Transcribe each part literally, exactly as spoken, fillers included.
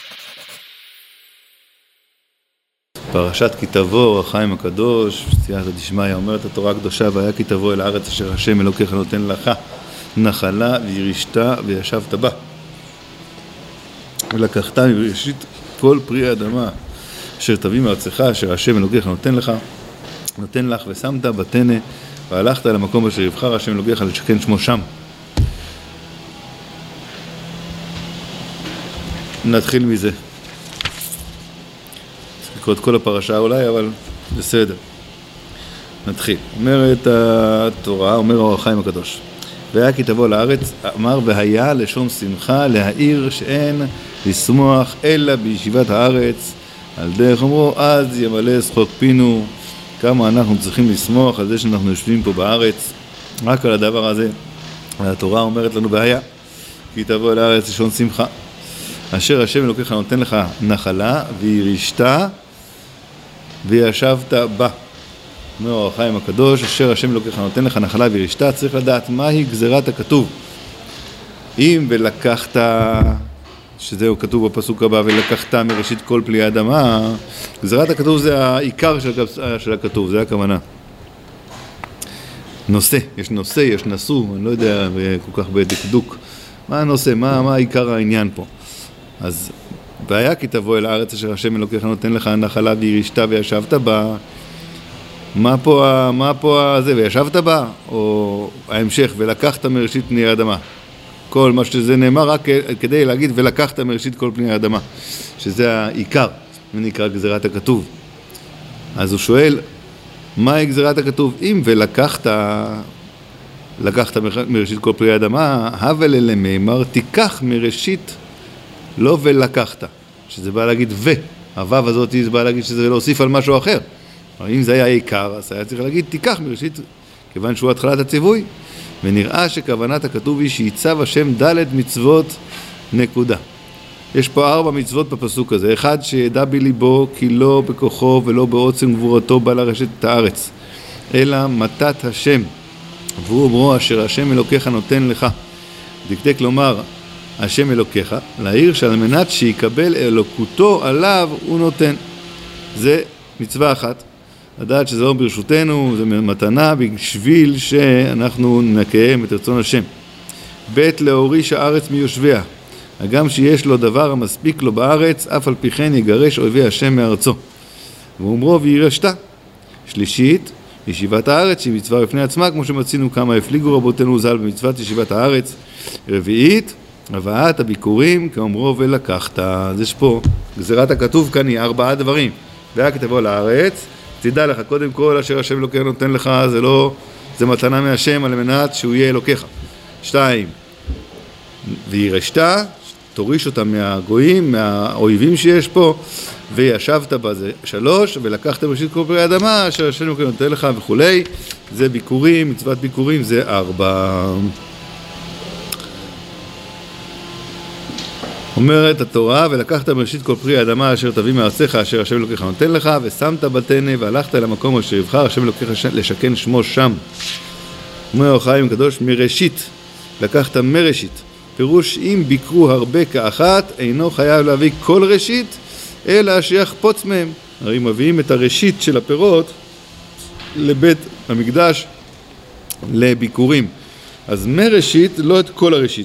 פרשת כי תבוא, החיים הקדוש, סייעתא דשמיא, אומרת התורה הקדושה, והיה כי תבוא אל הארץ אשר השם אלוקיך נותן לך נחלה וירשת וישבת בה. ולקחת מראשית כל פרי האדמה אשר תביא מארצך אשר השם אלוקיך נותן לך, נותן לך ושמת בתנה והלכת אל המקום אשר יבחר השם אלוקיך לשכן שמו שם. נתחיל מזה. לקרוא את כל הפרשה אולי, אבל בסדר. נתחיל. אומרת התורה, אומר אור החיים הקדוש. והיה כי תבוא לארץ, אמר והיה לשון שמחה להעיר שאין לשמוח אלא בישיבת הארץ. על דרך אומרו, אז ימלא שחוק פינו. כמה אנחנו צריכים לשמוח על זה שאנחנו יושבים פה בארץ. רק על הדבר הזה. התורה אומרת לנו והיה כי תבוא לארץ לשון שמחה. אשר השם אלוקיך נותן לך נחלה וירשת וישבת בה. אומר אור החיים הקדוש, אשר השם אלוקיך נותן לך נחלה וירשת, צריך לדעת מהי גזירת הכתוב. אם ולקחת, שזהו כתוב בפסוק הבא, ולקחת מראשית כל פלי האדמה, גזירת הכתוב זה העיקר של, של הכתוב, זה הכוונה. נושא, יש נושא, יש נשוא, אני לא יודע כל כך בדקדוק. מה הנושא, מה, מה העיקר העניין פה? אז והיה כי תבוא אל הארץ אשר השם אלוקיך נותן לך נחלה וירשת וישבת בה. מה פה, מה פה זה וישבת בה? או ההמשך ולקחת מראשית פני האדמה. כל מה שזה נאמר רק כדי להגיד ולקחת מראשית כל פני האדמה, שזה העיקר, זה נקרא גזירת הכתוב. אז הוא שואל, מהי גזירת הכתוב? אם ולקחת לקחת מראשית כל פני האדמה, הווה ללמימר תיקח מראשית לא ולקחת, שזה בא להגיד ו, הוו הזאת זה בא להגיד שזה להוסיף על משהו אחר. אבל אם זה היה עיקר, אז היה צריך להגיד תיקח מראשית, כיוון שהוא התחלת הציווי, ונראה שכוונת הכתוב היא שיצב השם ד' מצוות נקודה. יש פה ארבע מצוות בפסוק הזה. אחד, שידע בליבו כי לא בכוחו ולא בעוצם גבורתו בא לרשת את הארץ, אלא מתת השם, והוא אומרו אשר השם אלוקיך נותן לך. דקדק לומר השם אלוקיך, להעיר שעל מנת שיקבל אלוקותו עליו הוא נותן. זה מצווה אחת. לדעת שזה לא ברשותנו, זה מתנה בשביל שאנחנו נקיים את רצון השם. בית להוריש הארץ מיושביה. הגם שיש לו דבר המספיק לו בארץ, אף על פי כן יגרש אויבי השם מארצו. ואומרו וירשת. שלישית, ישיבת הארץ שהיא מצווה בפני עצמה, כמו שמצינו כמה הפליגו רבותינו ז"ל במצוות ישיבת הארץ. רביעית, הבאת הביקורים כאומרו ולקחת. אז יש פה, גזירת הכתוב כאן היא ארבעה דברים. והיה כי תבוא לארץ, תדע לך, קודם כל אשר השם אלוקיך נותן לך, זה לא, זה מתנה מהשם על מנת שהוא יהיה אלוקיך. שתיים, וירשת, תוריש אותם מהגויים, מהאויבים שיש פה, וישבת בזה. שלוש, ולקחת בראשית כל פרי האדמה אשר השם אלוקיך נותן לך וכולי. זה ביקורים, מצוות ביקורים זה ארבע. אומרת התורה, ולקחת מראשית כל פרי האדמה אשר תביא מארצך אשר השם אלוקיך נותן לך, ושמת בתנה והלכת אל המקום אשר יבחר השם אלוקיך לשכן שמו שם. אומר אור החיים הקדוש, מראשית, לקחת מראשית. פירוש אם ביקרו הרבה כאחת, אינו חייב להביא כל ראשית, אלא שיחפוץ מהם. הרי מביאים את הראשית של הפירות לבית המקדש לביקורים. אז מראשית, לא את כל הראשית.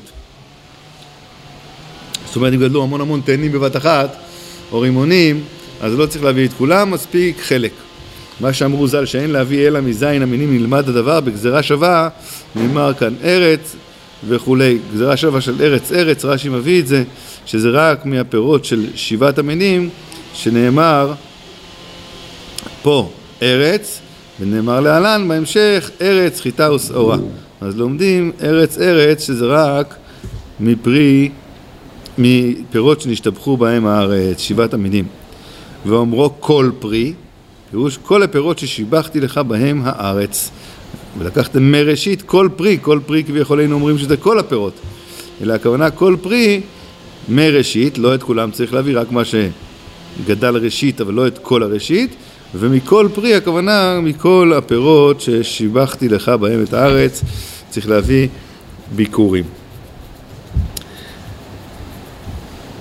זאת אומרת, אם גדלו המון המון תאנים בבת אחת, או רימונים, אז לא צריך להביא את כולם, מספיק חלק. מה שאמרו ז"ל, שאין להביא אלא מזין המינים נלמד הדבר, בגזרה שווה, נאמר כאן ארץ וכולי. גזרה שווה של ארץ, ארץ, רש"י מביא את זה, שזה רק מהפירות של שבעת המינים, שנאמר פה ארץ, ונאמר להלן בהמשך, ארץ, חיטה ושעורה. אז לומדים ארץ, ארץ, שזה רק מפרי, מפירות שנשתבחו בהם הארץ, שבעת המינים. ואומרו כל פרי, פירוש כל הפירות ששיבחתי לך בהם הארץ. ולקחתם מראשית כל פרי, כל פרי כביכול היינו אומרים שזה כל הפירות. אלא הכוונה כל פרי מראשית, לא את כולם צריך להביא, רק מה שגדל ראשית, אבל לא את כל הראשית. ומכל פרי הכוונה מכל הפירות ששיבחתי לך בהם את הארץ, צריך להביא ביקורים.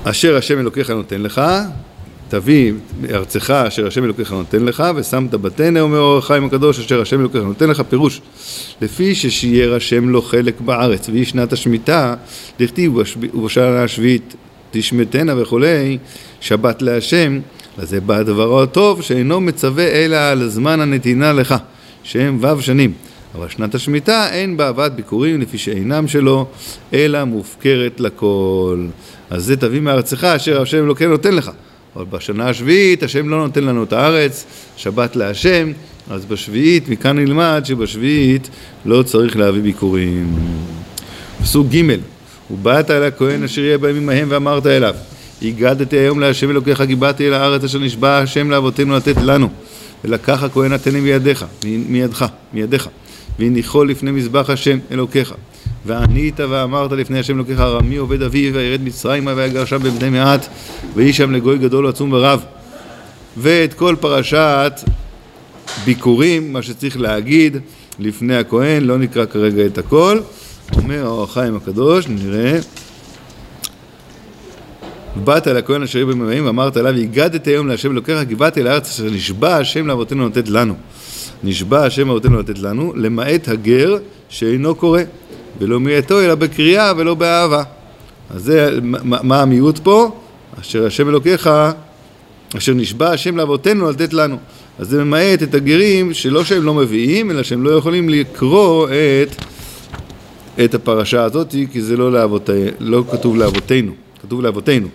אשר השם אלוקיך נותן לך, תביא ארצך אשר השם אלוקיך נותן לך, ושמת בתנה, אומר אור החיים הקדוש, אשר השם אלוקיך נותן לך, פירוש, לפי ששייר השם לו חלק בארץ, והיא שנת השמיטה, דכתיב ובשנה השביעית תשמטנה וכולי, שבת להשם, לזה בא הדבר הטוב, שאינו מצווה אלא על זמן הנתינה לך, שהם ו' שנים. אבל שנת השמיטה אין בה הבאת ביקורים לפי שאינם שלו, אלא מופקרת לכל. אז זה תביא מארצך אשר השם אלוקיך נותן לך. אבל בשנה השביעית השם לא נותן לנו את הארץ, שבת להשם, אז בשביעית, מכאן נלמד שבשביעית לא צריך להביא ביקורים. פסוק ג' ובאת אל הכהן אשר יהיה בימים ההם ואמרת אליו, הגדתי היום להשם אלוקיך, גיבעתי אל הארץ אשר נשבע השם לאבותינו לתת לנו, ולקח הכהן נתני מידיך, מידך, מידיך, והניחו לפני מזבח השם אלוקיך, וענית ואמרת לפני השם אלוקיך, ארמי עובד אבי וירד מצרימה ויגרשם בבני מעט, ויהי שם לגוי גדול עצום ורב. ואת כל פרשת ביקורים, מה שצריך להגיד לפני הכהן, לא נקרא כרגע את הכל, אומר אור החיים הקדוש, נראה, באת אל הכהן אשר יהיה בימים ההם ואמרת אליו, הגדתי היום להשם אלוקיך, גיבעתי אל הארץ אשר נשבע השם לאבותינו לתת לנו. נשבע השם לאבותינו לתת לנו, למעט הגר שאינו קורא, ולא מייתו אלא בקריאה ולא באהבה. אז זה, מה, מה המיעוט פה? אשר השם אלוקיך, אשר נשבע השם לאבותינו לתת לנו. אז זה ממעט את הגרים שלא שהם לא מביאים, אלא שהם לא יכולים לקרוא את, את הפרשה הזאת, כי זה לא, לאבות, לא כתוב לאבותינו, כתוב לאבותינו.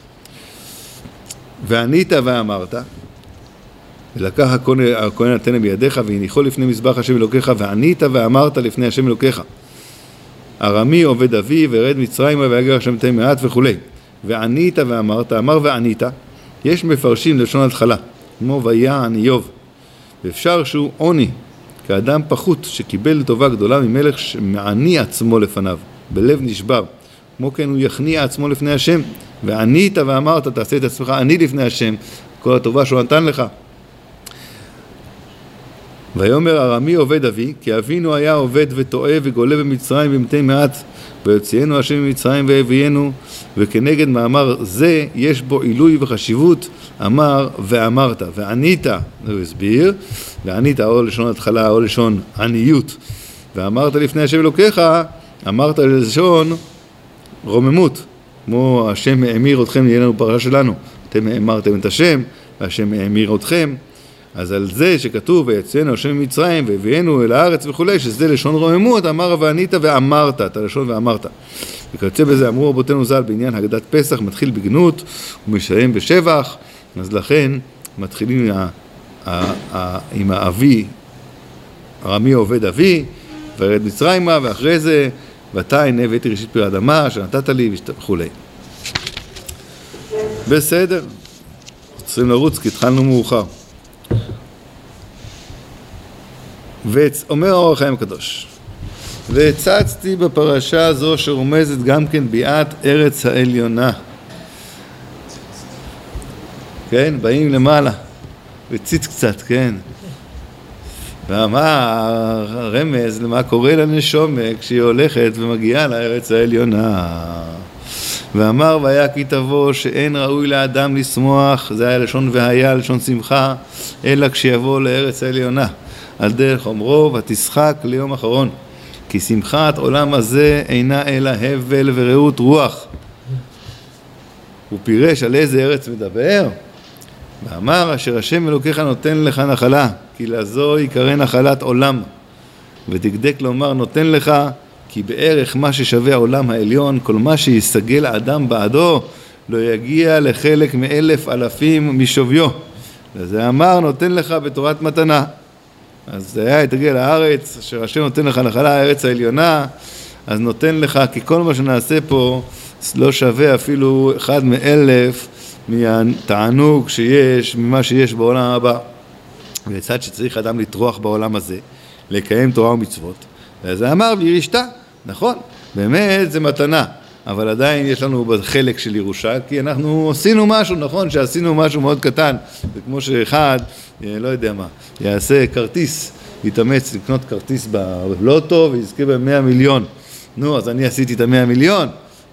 וענית ואמרת, ולקח הכהן נתנה בידיך, והניחו לפני מזבח השם אלוקיך, וענית ואמרת לפני השם אלוקיך, ארמי עובד אבי וירד מצרימה ויגר שם מתי מעט וכו'. וענית ואמרת, אמר וענית, יש מפרשים לשון התחלה, כמו ויען איוב, ואפשר שהוא עוני, כאדם פחות שקיבל טובה גדולה ממלך שמעני עצמו לפניו, בלב נשבר, כמו כן הוא יכניע עצמו לפני השם, וענית ואמרת, תעשה את עצמך עני לפני השם, כל הטובה שהוא נתן לך. ויאמר ארמי עובד אבי, כי אבינו היה עובד וטועה וגולה במצרים במתי מעט, ויוציאנו השם ממצרים והביאנו, וכנגד מאמר זה יש בו עילוי וחשיבות, אמר ואמרת, וענית, הוא הסביר, וענית או לשון התחלה או לשון עניות, ואמרת לפני השם אלוקיך, אמרת לשון רוממות, כמו השם האמיר אתכם, יהיה לנו פרשה שלנו, אתם האמרתם את השם, והשם האמיר אתכם, אז על זה שכתוב ויצאנו השם ממצרים והביאנו אל הארץ וכו', שזה לשון רוממות, אמר וענית ואמרת, את הלשון ואמרת. וכיוצא בזה אמרו רבותינו ז"ל בעניין הגדת פסח, מתחיל בגנות ומסיים בשבח, אז לכן מתחילים עם, ה, ה, ה, עם האבי, ארמי עובד אבי, וירד מצרימה, ואחרי זה ואתה הנה הבאתי ראשית פרי האדמה שנתת לי וכו'. בסדר, צריכים לרוץ כי התחלנו מאוחר. ואומר אור החיים הקדוש, והצצתי בפרשה הזו שרומזת גם כן ביאת ארץ העליונה. כן, באים למעלה, וציץ קצת, כן. ומה הרמז למה קורה לנשומה כשהיא הולכת ומגיעה לארץ העליונה. ואמר והיה כי תבוא שאין ראוי לאדם לשמוח, זה היה לשון והיה לשון שמחה, אלא כשיבוא לארץ העליונה. על דרך אומרו ותשחק ליום אחרון, כי שמחת עולם הזה אינה אלא הבל ורעות רוח. הוא פירש על איזה ארץ מדבר? ואמר אשר השם אלוקיך נותן לך נחלה, כי לזו יקרא נחלת עולם. ודקדק לומר נותן לך, כי בערך מה ששווה העולם העליון, כל מה שיסגל האדם בעדו, לא יגיע לחלק מאלף אלפים משוויו. וזה אמר נותן לך בתורת מתנה. אז זה היה יתגל לארץ, אשר השם נותן לך נחלה הארץ העליונה, אז נותן לך, כי כל מה שנעשה פה לא שווה אפילו אחד מאלף מהתענוג שיש, ממה שיש בעולם הבא. ולצד שצריך אדם לטרוח בעולם הזה, לקיים תורה ומצוות. וזה אמר וירשת, נכון, באמת זה מתנה, אבל עדיין יש לנו בחלק של ירושה, כי אנחנו עשינו משהו, נכון, שעשינו משהו מאוד קטן, וכמו שאחד, לא יודע מה, יעשה כרטיס, יתאמץ לקנות כרטיס בלוטו, ויזכה ב-מאה מיליון. נו, אז אני עשיתי את ה-מאה מיליון,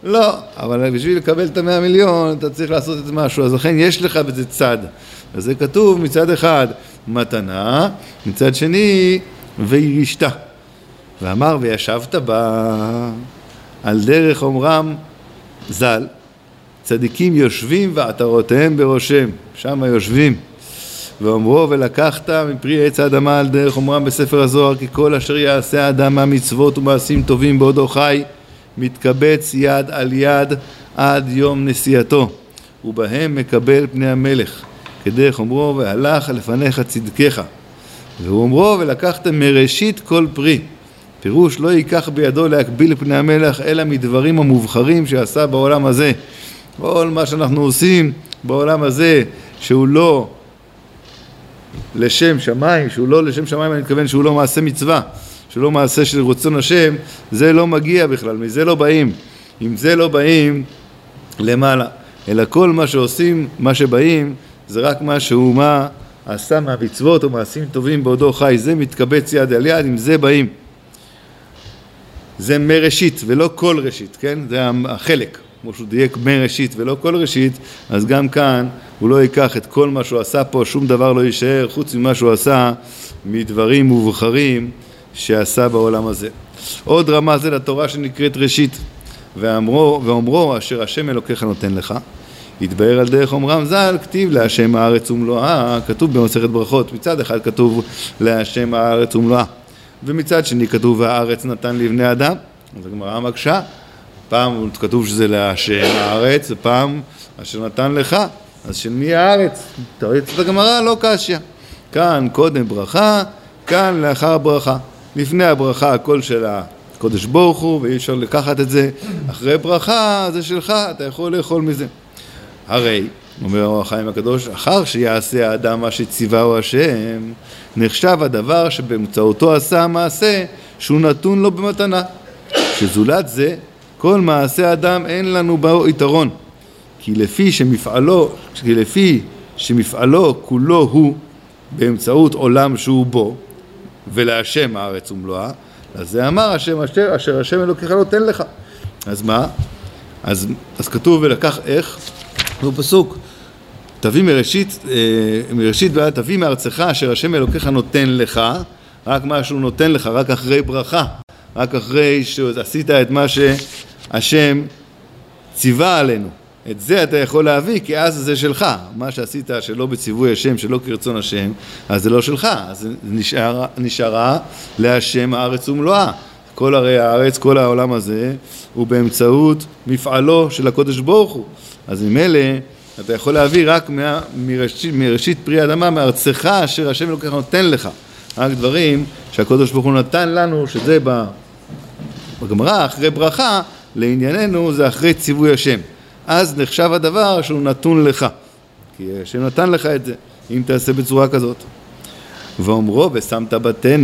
לא, אבל בשביל לקבל את המאה מיליון אתה צריך לעשות את משהו, אז לכן יש לך בזה צד. אז זה כתוב מצד אחד מתנה, מצד שני וירישתה. ואמר וישבת בה על דרך אומרם ז"ל, צדיקים יושבים ועטרותיהם בראשם, שם יושבים. ואומרו ולקחת מפרי עץ האדמה על דרך אומרם בספר הזוהר, כי כל אשר יעשה האדם מהמצוות ומעשים טובים בעודו חי, מתקבץ יד על יד עד יום נסיעתו, ובהם מקבל פני המלך, כדרך אומרו והלך לפניך צדקך. והוא אומרו ולקחת מראשית כל פרי, פירוש לא ייקח בידו להקביל פני המלך אלא מדברים המובחרים שעשה בעולם הזה. כל מה שאנחנו עושים בעולם הזה שהוא לא לשם שמיים, שהוא לא לשם שמיים, אני מתכוון שהוא לא מעשה מצווה, שהוא לא מעשה של רצון השם, זה לא מגיע בכלל, מזה לא באים. אם זה לא באים למעלה, אלא כל מה שעושים, מה שבאים, זה רק מה שהוא מה עשה מהמצוות או מעשים טובים בעודו חי, זה מתקבץ יד על יד, עם זה באים. זה מראשית ולא כל ראשית, כן? זה החלק, כמו שהוא דייק מראשית ולא כל ראשית, אז גם כאן הוא לא ייקח את כל מה שהוא עשה פה, שום דבר לא יישאר חוץ ממה שהוא עשה מדברים מובחרים שעשה בעולם הזה. עוד רמה זה לתורה שנקראת ראשית, ואמרו, ואומרו אשר השם אלוקיך נותן לך, יתבהר על דרך אומרם ז"ל, כתיב להשם הארץ ומלואה, כתוב במסכת ברכות, מצד אחד כתוב להשם הארץ ומלואה, ומצד שני כתוב והארץ נתן לבני אדם, אז הגמרא מקשה, פעם כתוב שזה להשם הארץ, ופעם אשר נתן לך, אז של מי הארץ? תראית את הגמרא, לא קשיא. כאן קודם ברכה, כאן לאחר ברכה. לפני הברכה הכל של הקודש ברוך הוא, ואי אפשר לקחת את זה. אחרי ברכה זה שלך, אתה יכול לאכול מזה. הרי, אומר אור החיים הקדוש, אחר שיעשה האדם מה שציווהו השם, נחשב הדבר שבאמצעותו עשה המעשה, שהוא נתון לו במתנה. שזולת זה, כל מעשה אדם אין לנו בו יתרון. כי לפי שמפעלו, כי לפי שמפעלו כולו הוא באמצעות עולם שהוא בו, ולהשם הארץ ומלואה, אז זה אמר השם אשר, אשר השם אלוקיך נותן לך. אז מה? אז, אז כתוב ולקח איך? הוא פסוק, תביא מראשית, מראשית ועד תביא מארצך אשר השם אלוקיך נותן לך, רק מה שהוא נותן לך, רק אחרי ברכה, רק אחרי שעשית את מה שהשם ציווה עלינו. את זה אתה יכול להביא, כי אז זה שלך. מה שעשית שלא בציווי השם, שלא כרצון השם, אז זה לא שלך. אז נשאר, נשארה להשם הארץ ומלואה. כל הרי הארץ, כל העולם הזה, הוא באמצעות מפעלו של הקודש ברוך הוא. אז עם אלה, אתה יכול להביא רק מה, מראשית, מראשית פרי אדמה, מארצך אשר השם אלוקיך נותן לך. רק דברים שהקודש ברוך הוא נתן לנו, שזה בגמרא, אחרי ברכה, לענייננו זה אחרי ציווי השם. אז נחשב הדבר שהוא נתון לך, כי השם נתן לך את זה, אם תעשה בצורה כזאת. ואומרו ושמת בתנא,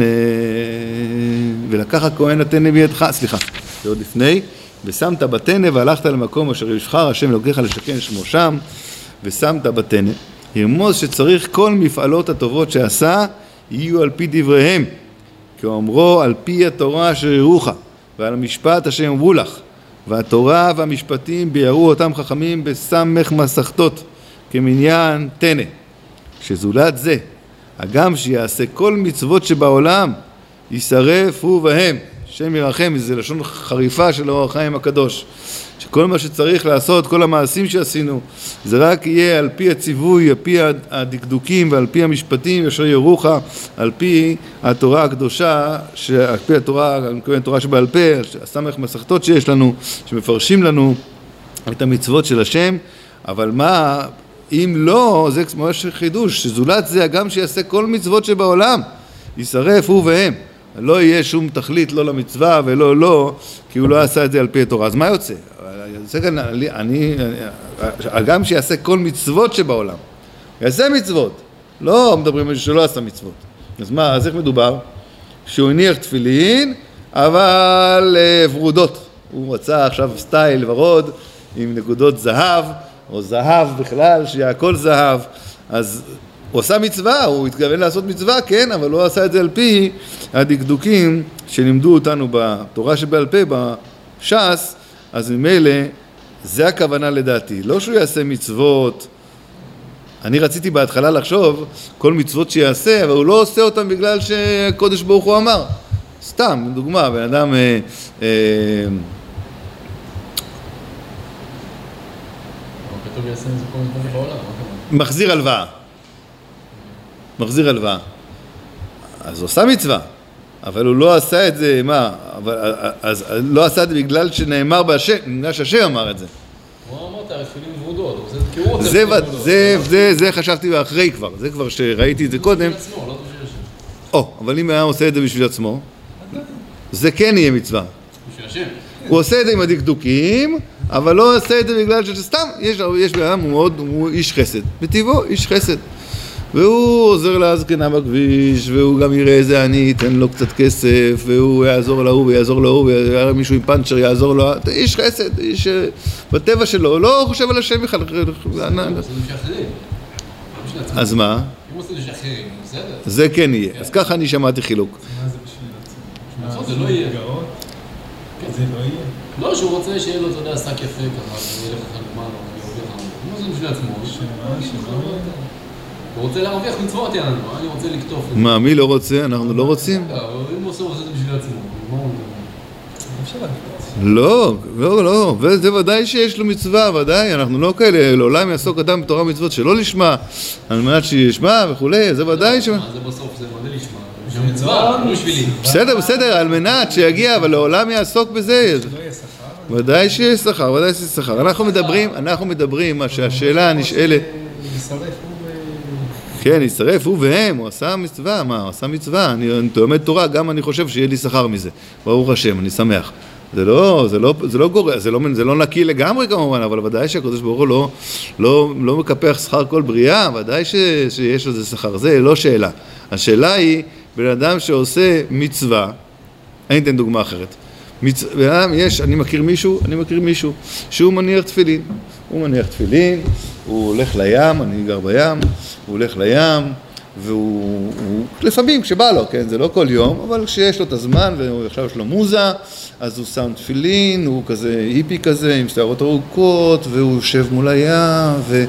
ולקח הכהן התנא בידך, סליחה, זה עוד לפני, ושמת בתנא והלכת למקום אשר יבחר השם אלוקיך לשכן שמו שם, ושמת בתנא, ירמוז שצריך כל מפעלות הטובות שעשה יהיו על פי דבריהם, כי אומרו על פי התורה אשר יראוך, ועל המשפט אשר יאמרו לך, והתורה והמשפטים ביארו אותם חכמים בסמך מסכתות כמניין תנא. שזולת זה, הגם שיעשה כל מצוות שבעולם, ישרף הוא בהם. שם ירחם, זה לשון חריפה של אור החיים הקדוש. שכל מה שצריך לעשות, כל המעשים שעשינו, זה רק יהיה על פי הציווי, על פי הדקדוקים ועל פי המשפטים, אשר ירוך, על פי התורה הקדושה, על פי התורה, אני מתכוון תורה שבעל פה, הסמך מסכתות שיש לנו, שמפרשים לנו את המצוות של השם, אבל מה, אם לא, זה ממש חידוש, שזולת זה הגם שיעשה כל מצוות שבעולם, ישרף הוא והם. לא יהיה שום תכלית לא למצווה ולא לא, כי הוא לא עשה את זה על פי התורה. אז מה יוצא? יוצא כאן, אני, אני, גם שיעשה כל מצוות שבעולם, יעשה מצוות, לא מדברים על שלא עשה מצוות. אז מה, אז איך מדובר? שהוא הניח תפילין, אבל ורודות. הוא רצה עכשיו סטייל ורוד עם נקודות זהב, או זהב בכלל, שיהיה הכל זהב, אז הוא עשה מצווה, הוא התכוון לעשות מצווה, כן, אבל הוא עשה את זה על פי הדקדוקים שלימדו אותנו בתורה שבעל פה, בש"ס, אז ממילא, זה הכוונה לדעתי. לא שהוא יעשה מצוות, אני רציתי בהתחלה לחשוב כל מצוות שיעשה, אבל הוא לא עושה אותם בגלל שהקודש ברוך הוא אמר. סתם, דוגמה, בן אדם... אה, אה, מחזיר הלוואה. מחזיר הלוואה. אז הוא עושה מצווה, אבל הוא לא עשה את זה, מה? אבל, אז לא עשה את זה בגלל שנאמר בהשם, בגלל שהשם אמר את זה. הוא אמר, תפילין ורודות, הוא רוצה זה, זה, זה, זה חשבתי אחרי כבר, זה כבר שראיתי את זה קודם. או, אבל אם היה עושה את זה בשביל עצמו, זה כן יהיה מצווה. בשביל השם. הוא עושה את זה עם הדקדוקים, אבל לא עושה את זה בגלל שסתם, יש, יש בעם, הוא מאוד, הוא איש חסד. בטבעו, איש חסד. והוא עוזר להזקנה בכביש, והוא גם יראה איזה אני, ייתן לו קצת כסף, והוא יעזור להוא ויעזור להוא, ויראה מישהו עם פנצ'ר יעזור לו, איש חסד, איש בטבע שלו, הוא לא חושב על השם בכלל. אז מה? אם הוא עושה זה אחרים, בסדר? זה כן יהיה, אז ככה אני שמעתי חילוק. מה זה בשביל עצמו? זה לא יהיה. זה לא יהיה. לא, שהוא רוצה שיהיה לו, אתה יודע, שק יפה ככה, וילך לך לגמר, מה זה בשביל עצמו? הוא רוצה להרוויח מצוות, יאללה, אני רוצה לקטוף את זה. מה, מי לא רוצה? אנחנו לא רוצים? אם הוא עושה את זה בשביל עצמו, מה הוא אומר? לא, לא, לא, וזה ודאי שיש לו מצווה, ודאי, אנחנו לא כאלה, לעולם יעסוק אדם בתורה מצוות שלא לשמה, על מנת שישמע וכולי, זה ודאי ש... מה זה בסוף, זה מודל לשמה, זה מצווה, לא בשבילי. בסדר, בסדר, על מנת שיגיע, אבל לעולם יעסוק בזה. ודאי שיש שכר, ודאי שיש שכר. אנחנו מדברים, אנחנו מדברים, מה שהשאלה הנשאלת... כן, ישרף הוא והם, הוא עשה מצווה, מה, הוא עשה מצווה, אני תלמד תורה, גם אני חושב שיהיה לי שכר מזה, ברוך השם, אני שמח. זה לא, זה לא, זה לא גורע, זה לא, זה לא נקי לגמרי כמובן, אבל ודאי שהקדוש ברוך הוא לא, לא, לא מקפח שכר כל בריאה, ודאי ש, שיש לזה שכר, זה לא שאלה. השאלה היא, בן אדם שעושה מצווה, אני אתן דוגמה אחרת. מצ... בן אדם, יש, אני מכיר מישהו, אני מכיר מישהו, שהוא מניח תפילין, הוא מניח תפילין, הוא הולך לים, אני גר בים, הוא הולך לים, והוא הוא, לפעמים כשבא לו, כן, זה לא כל יום, אבל כשיש לו את הזמן ועכשיו יש לו מוזה, אז הוא שם תפילין, הוא כזה היפי כזה, עם שערות ארוכות, והוא יושב מול הים, והוא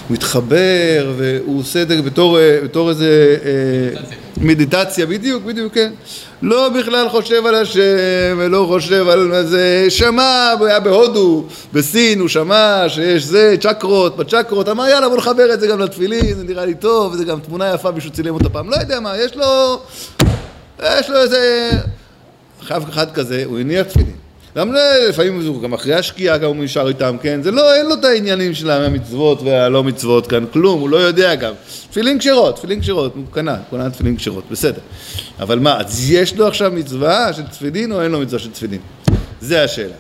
מתחבר, והוא עושה את זה בתור, בתור איזה מדיטציה. מדיטציה, בדיוק, בדיוק, כן. לא בכלל חושב על השם, ולא חושב על זה, שמע, הוא היה בהודו, בסין, הוא שמע שיש זה, צ'קרות, בצ'קרות, אמר יאללה בוא נחבר את זה גם לתפילין, זה נראה לי טוב, וזה גם תמונה יפה, מישהו צילם אותה פעם, לא יודע מה, יש לו, יש לו איזה, חייב אחד כזה, הוא הניח תפילין. גם לפעמים הוא גם אחרי השקיעה, גם הוא נשאר איתם, כן, זה לא, אין לו את העניינים של המצוות והלא מצוות כאן, כלום, הוא לא יודע גם. תפילין כשרות, תפילין כשרות, הוא קנה, הוא קנה תפילין כשרות, בסדר. אבל מה, אז יש לו עכשיו מצווה של תפילין או אין לו מצווה של תפילין? זה השאלה.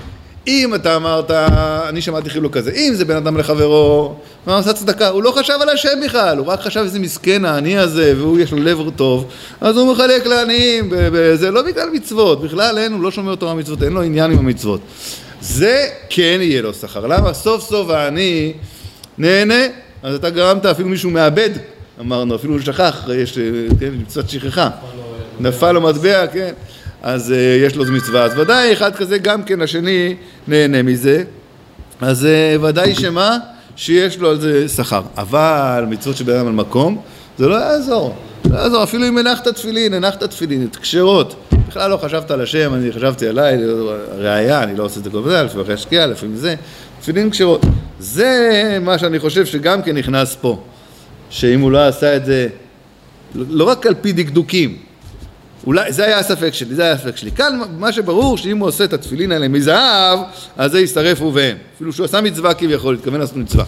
אם אתה אמרת, אני שמעתי חילוק כזה, אם זה בן אדם לחברו, מה עושה צדקה? הוא לא חשב על השם בכלל, הוא רק חשב איזה מסכן העני הזה, והוא יש לו לב טוב, אז הוא מחלק לעניים, זה לא בגלל מצוות, בכלל אין, הוא לא שומר תורה מצוות, אין לו עניין עם המצוות. זה כן יהיה לו שכר. למה? סוף סוף העני נהנה, אז אתה גרמת אפילו מישהו מאבד, אמרנו, אפילו שכח, יש, כן, מצוות שכחה, נפל לו מטבע, כן. אז uh, יש לו מצווה, אז ודאי אחד כזה גם כן השני נהנה מזה, אז uh, ודאי שמה? שיש לו על זה שכר, אבל מצוות שבן אדם על מקום, זה לא יעזור, לא יעזור, אפילו אם הנחת תפילין, הנחת תפילין, את קשרות, בכלל לא חשבת על השם, אני חשבתי עליי, ראיה, אני לא עושה את זה כל זה, לפעמים אחרי השקיעה, לפעמים זה, תפילין קשרות, זה מה שאני חושב שגם כן נכנס פה, שאם הוא לא עשה את זה, לא רק על פי דקדוקים, אולי, זה היה הספק שלי, זה היה הספק שלי. כאן מה שברור שאם הוא עושה את התפילין האלה מזהב, אז זה ישרף הוא והם. אפילו שהוא עשה מצווה כביכול, התכוון לעשות מצווה.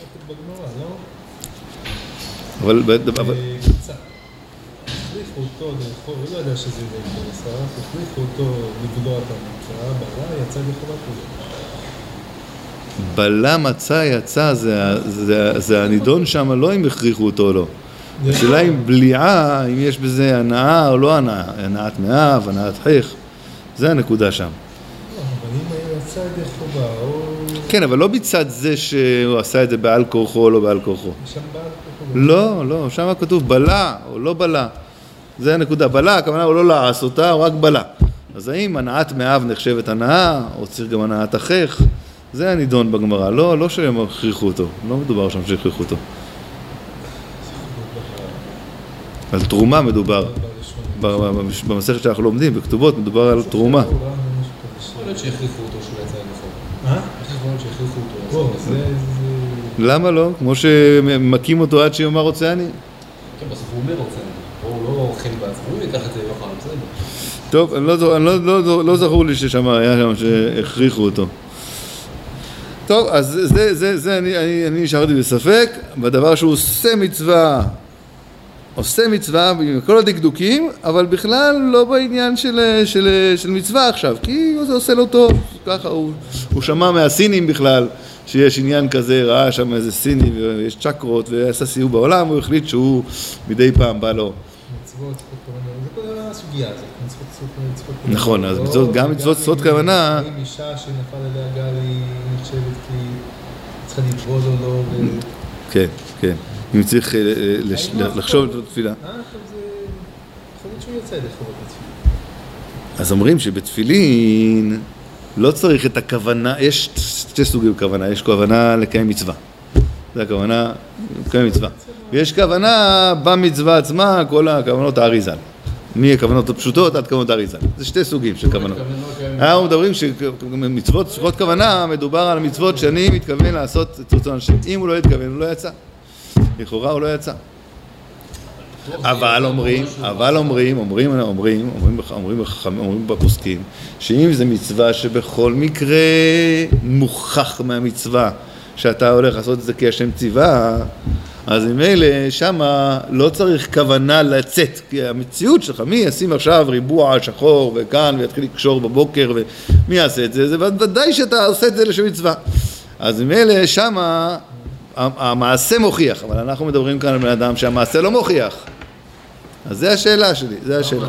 אבל... קצת. החליפו אותו, הוא לא יודע שזה זה עשה, החליפו אותו לבדוע את המצווה, בלה יצא לחובה כזאת. בלה מצא יצא, זה הנידון שם, לא אם הכריחו אותו או לא. השאלה אם בליעה, אם יש בזה הנאה או לא הנאה, הנאת מאב, הנאת חייך, זה הנקודה שם. אבל אם היה יצא ידי חובה, או... כן, אבל לא בצד זה שהוא עשה את זה בעל כורחו או לא בעל כורחו. שם בעל כורחו. לא, לא, שם כתוב בלה או לא בלה. זה הנקודה, בלה, הכוונה הוא לא לעש אותה, הוא רק בלה. אז האם הנעת מאב נחשבת הנאה, או צריך גם הנעת אחיך? זה הנידון בגמרא, לא, לא שהם הכריחו אותו, לא מדובר שם שהכריחו אותו. על תרומה מדובר, במסכת שאנחנו לומדים, בכתובות מדובר על תרומה. יכול להיות שהכריחו אותו שהוא יצא נכון. מה? יכול להיות שהכריחו אותו. למה לא? כמו שמקים אותו עד שיאמר רוצה אני. כן, בסוף הוא אומר רוצה אני. הוא לא אוכל בעצמו, הוא ייקח את זה לא חם, בסדר. טוב, אני לא, אני לא, לא, לא זכור לי ששם היה שם שהכריחו אותו. טוב, אז זה, זה, זה, אני, אני, אני נשארתי בספק, בדבר שהוא עושה מצווה, עושה מצווה עם כל הדקדוקים, אבל בכלל לא בעניין של, של, של מצווה עכשיו, כי זה עושה לו טוב, ככה הוא, הוא שמע מהסינים בכלל, שיש עניין כזה, ראה שם איזה סיני ויש צ'קרות ועשה סיור בעולם, הוא החליט שהוא מדי פעם בא לו. מצוות, צפות כוונה, זה כל הסוגיה הזאת, מצוות צפות כוונה. נכון, אז מצוות, גם מצוות צפות כוונה... האם אישה שנפל עליה גל היא נחשבת כי צריכה לטבול או לא? כן, כן. אם צריך לחשוב את התפילה. אה, טוב, זה... יכול להיות שהוא יצא לחוות בתפילה. אז אומרים שבתפילין לא צריך את הכוונה, יש שתי סוגים כוונה, יש כוונה לקיים מצווה. זה הכוונה לקיים מצווה. ויש כוונה במצווה עצמה, כל הכוונות האריזל. מהכוונות הפשוטות עד כוונות האריזל. זה שתי סוגים של כוונות. אנחנו מדברים שמצוות, זכות כוונה, מדובר על מצוות שאני מתכוון לעשות את רצון השם. אם הוא לא יתכוון, הוא לא יצא. לכאורה הוא לא יצא. אבל אומרים, אבל אומרים, אומרים, אומרים, אומרים, אומרים, אומרים בפוסקים, שאם זה מצווה שבכל מקרה מוכח מהמצווה, שאתה הולך לעשות את זה כי השם ציווה, אז עם אלה שמה לא צריך כוונה לצאת, כי המציאות שלך, מי ישים עכשיו ריבוע שחור וכאן ויתחיל לקשור בבוקר ומי יעשה את זה, זה ודאי שאתה עושה את זה לשם מצווה. אז עם אלה שמה המעשה מוכיח, אבל אנחנו מדברים כאן על בן אדם שהמעשה לא מוכיח. אז זה השאלה שלי, זה השאלה.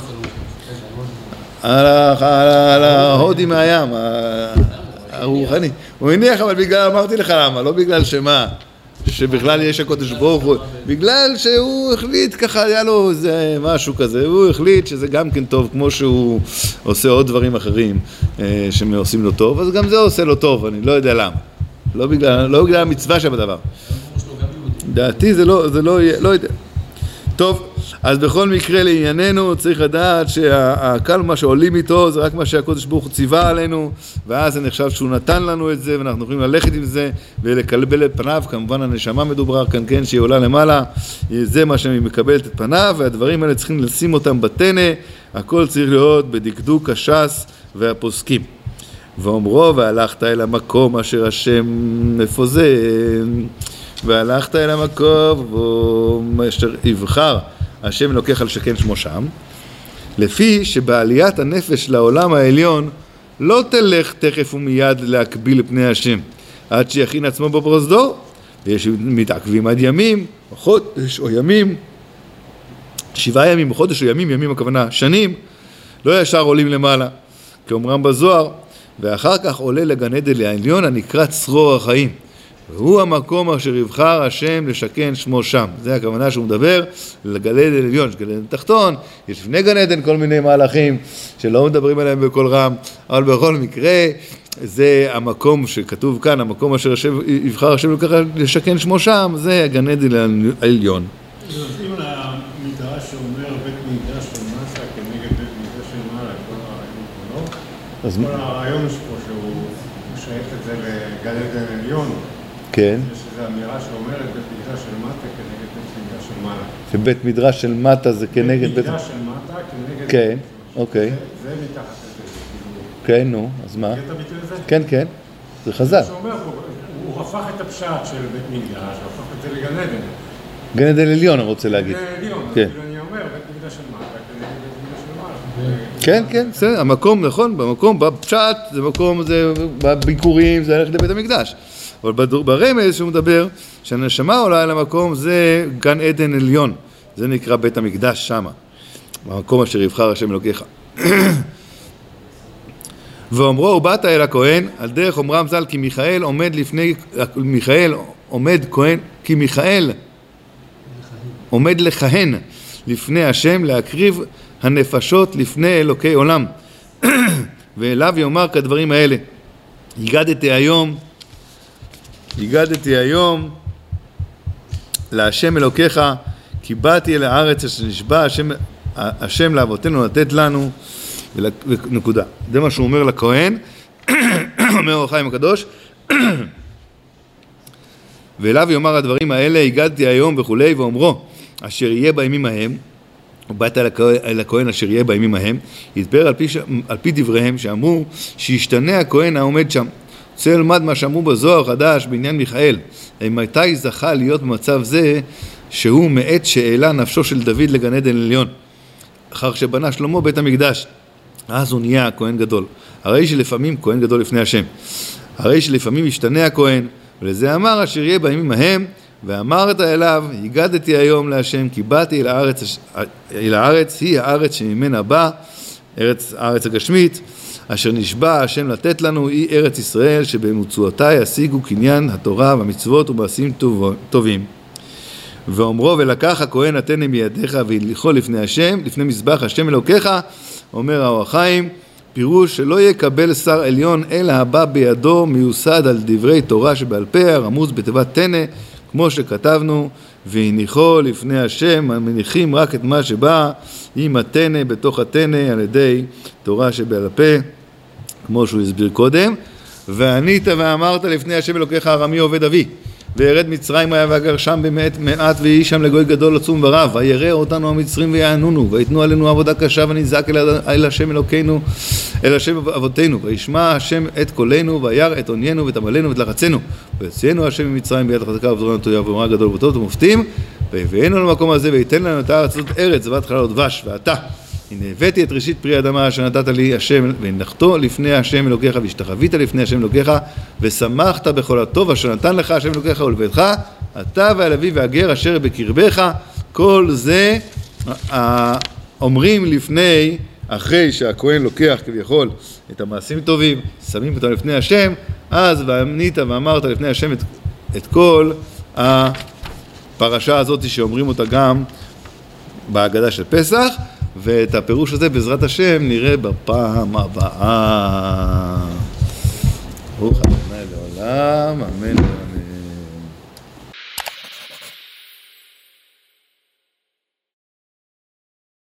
על ההודי מהים, הרוחני. הוא מניח, אבל בגלל, אמרתי לך למה, לא בגלל שמה, שבכלל יש הקודש ברוך הוא, בגלל שהוא החליט ככה, היה לו איזה משהו כזה, הוא החליט שזה גם כן טוב, כמו שהוא עושה עוד דברים אחרים שעושים לו טוב, אז גם זה עושה לו טוב, אני לא יודע למה. לא בגלל, לא בגלל המצווה שבדבר. דעתי זה לא, זה לא, לא יודע. טוב, אז בכל מקרה לענייננו צריך לדעת שהקל מה שעולים איתו זה רק מה שהקודש ברוך הוא ציווה עלינו, ואז זה נחשב שהוא נתן לנו את זה ואנחנו יכולים ללכת עם זה ולקבל את פניו. כמובן הנשמה מדובר כאן, כן, שהיא עולה למעלה, זה מה שהיא מקבלת את פניו, והדברים האלה צריכים לשים אותם בטנא, הכל צריך להיות בדקדוק הש"ס והפוסקים. ואומרו והלכת אל המקום אשר השם איפה זה, והלכת אל המקום אשר יבחר השם לוקח על שקן שמו שם, לפי שבעליית הנפש לעולם העליון לא תלך תכף ומיד להקביל פני השם עד שיכין עצמו בפרוזדור, ויש מתעכבים עד ימים או חודש או ימים, שבעה ימים או חודש או ימים, ימים הכוונה שנים, לא ישר עולים למעלה כאומרם בזוהר, ואחר כך עולה לגן עדן העליון הנקרא צרור החיים, והוא המקום אשר יבחר השם לשכן שמו שם. זה הכוונה שהוא מדבר לגן עדן עליון, גן עדן תחתון, יש לפני גן עדן כל מיני מהלכים שלא מדברים עליהם בכל רם, אבל בכל מקרה זה המקום שכתוב כאן, המקום אשר השם, יבחר השם לשכן שמו שם, זה הגן עדן העליון. אם המדרש שאומר בית מקדש של מטה כנגד בית מקדש של מעלה, כל הרעיון כולו, כל הרעיון פה שהוא שייך את זה לגן עדן עליון, כן. יש איזו אמירה שאומרת בית מקדש של מטה כנגד בית מקדש של מעלה. שבית מדרש של מטה זה כנגד בית... מקדש של מטה כנגד... כן, אוקיי. זה מתחת לזה. כן, נו, אז מה? אתה ביטוי לזה? כן, כן, זה חז"ל. שאומר, הוא הפך את הפשט של בית מקדש, הוא הפך את זה לגן עדן. גן עדן עליון אני רוצה להגיד. גן עדן עליון, כן. אני אומר, בית מקדש של מטה כנגד בית מקדש של מעלה. כן, כן, בסדר, המקום, נכון, במקום, בפשט, זה מקום, זה בביקורים, זה הולך לבית המקדש. אבל ברמז שהוא מדבר, שהנשמה עולה על המקום, זה גן עדן עליון, זה נקרא בית המקדש שמה, במקום אשר יבחר השם אלוקיך. ואומרו, ובאת אל הכהן, על דרך אומרם ז"ל, כי מיכאל עומד לפני, מיכאל עומד כהן, כי מיכאל עומד לכהן לפני השם, להקריב הנפשות לפני אלוקי עולם. ואליו יאמר כדברים האלה, הגדתי היום, הגדתי היום להשם אלוקיך, כי באתי אל הארץ אשר נשבע השם, השם לאבותינו לתת לנו, ונקודה. זה מה שהוא אומר לכהן, אומר אור החיים הקדוש, ואליו יאמר הדברים האלה, הגדתי היום וכולי, ואומרו, אשר יהיה בימים ההם, ובאת אל הכהן אשר יהיה בימים ההם, יתבר על פי, על פי דבריהם שאמרו שישתנה הכהן העומד שם. רוצה ללמד מה שאמרו בזוהר חדש בעניין מיכאל. מתי זכה להיות במצב זה שהוא מעת שאלה נפשו של דוד לגן עדן עליון, אחר שבנה שלמה בית המקדש. אז הוא נהיה הכהן גדול. הרי שלפעמים כהן גדול לפני השם. הרי שלפעמים ישתנה הכהן, ולזה אמר אשר יהיה בימים ההם, ואמרת אליו, הגדתי היום להשם, כי באתי אל הארץ, אל הארץ, היא הארץ שממנה בא, ארץ, הארץ הגשמית, אשר נשבע השם לתת לנו, היא ארץ ישראל, שבמצואותיי ישיגו קניין התורה והמצוות ומעשים טוב, טובים. ואומרו, ולקח הכהן נתן מידיך והלכו לפני השם, לפני מזבח השם אלוקיך, אומר האור החיים, פירוש שלא יקבל שר עליון אלא הבא בידו מיוסד על דברי תורה שבעל פה, הרמוז בתיבת תנא, כמו שכתבנו, והניחו לפני השם, מניחים רק את מה שבא עם התנא בתוך התנא על ידי תורה שבעל פה, כמו שהוא הסביר קודם. וענית ואמרת לפני השם אלוקיך ארמי עובד אבי, וירד מצרים היה והגר שם במעט מעט ויהי שם לגוי גדול עצום ורב, וירא אותנו המצרים ויענונו, ויתנו עלינו עבודה קשה ונזעק אל, אל השם אלוקינו, אל השם אבותינו, וישמע השם את קולנו, וירא את עוניינו ותמלנו ואת לחצנו, ויצאנו השם ממצרים ביד חזקה ובזרוע נטויה ובאמרה גדול ובטוב ומופתים, ויביאנו למקום הזה וייתן לנו את הארץ הזאת ארץ זבת חלב ודבש. ואתה הנה הבאתי את ראשית פרי האדמה אשר נתת לי השם, והנחתו לפני השם אלוקיך, והשתחווית לפני השם אלוקיך, ושמחת בכל הטוב אשר נתן לך השם אלוקיך ולביתך, אתה והלוי והגר אשר בקרבך. כל זה אומרים לפני, אחרי שהכהן לוקח כביכול את המעשים טובים, שמים אותם לפני השם, אז וענית ואמרת לפני השם את, את כל הפרשה הזאת שאומרים אותה גם בהגדה של פסח. ואת הפירוש הזה בעזרת השם נראה בפעם הבאה. ברוך ה' לעולם, אמן ואמן.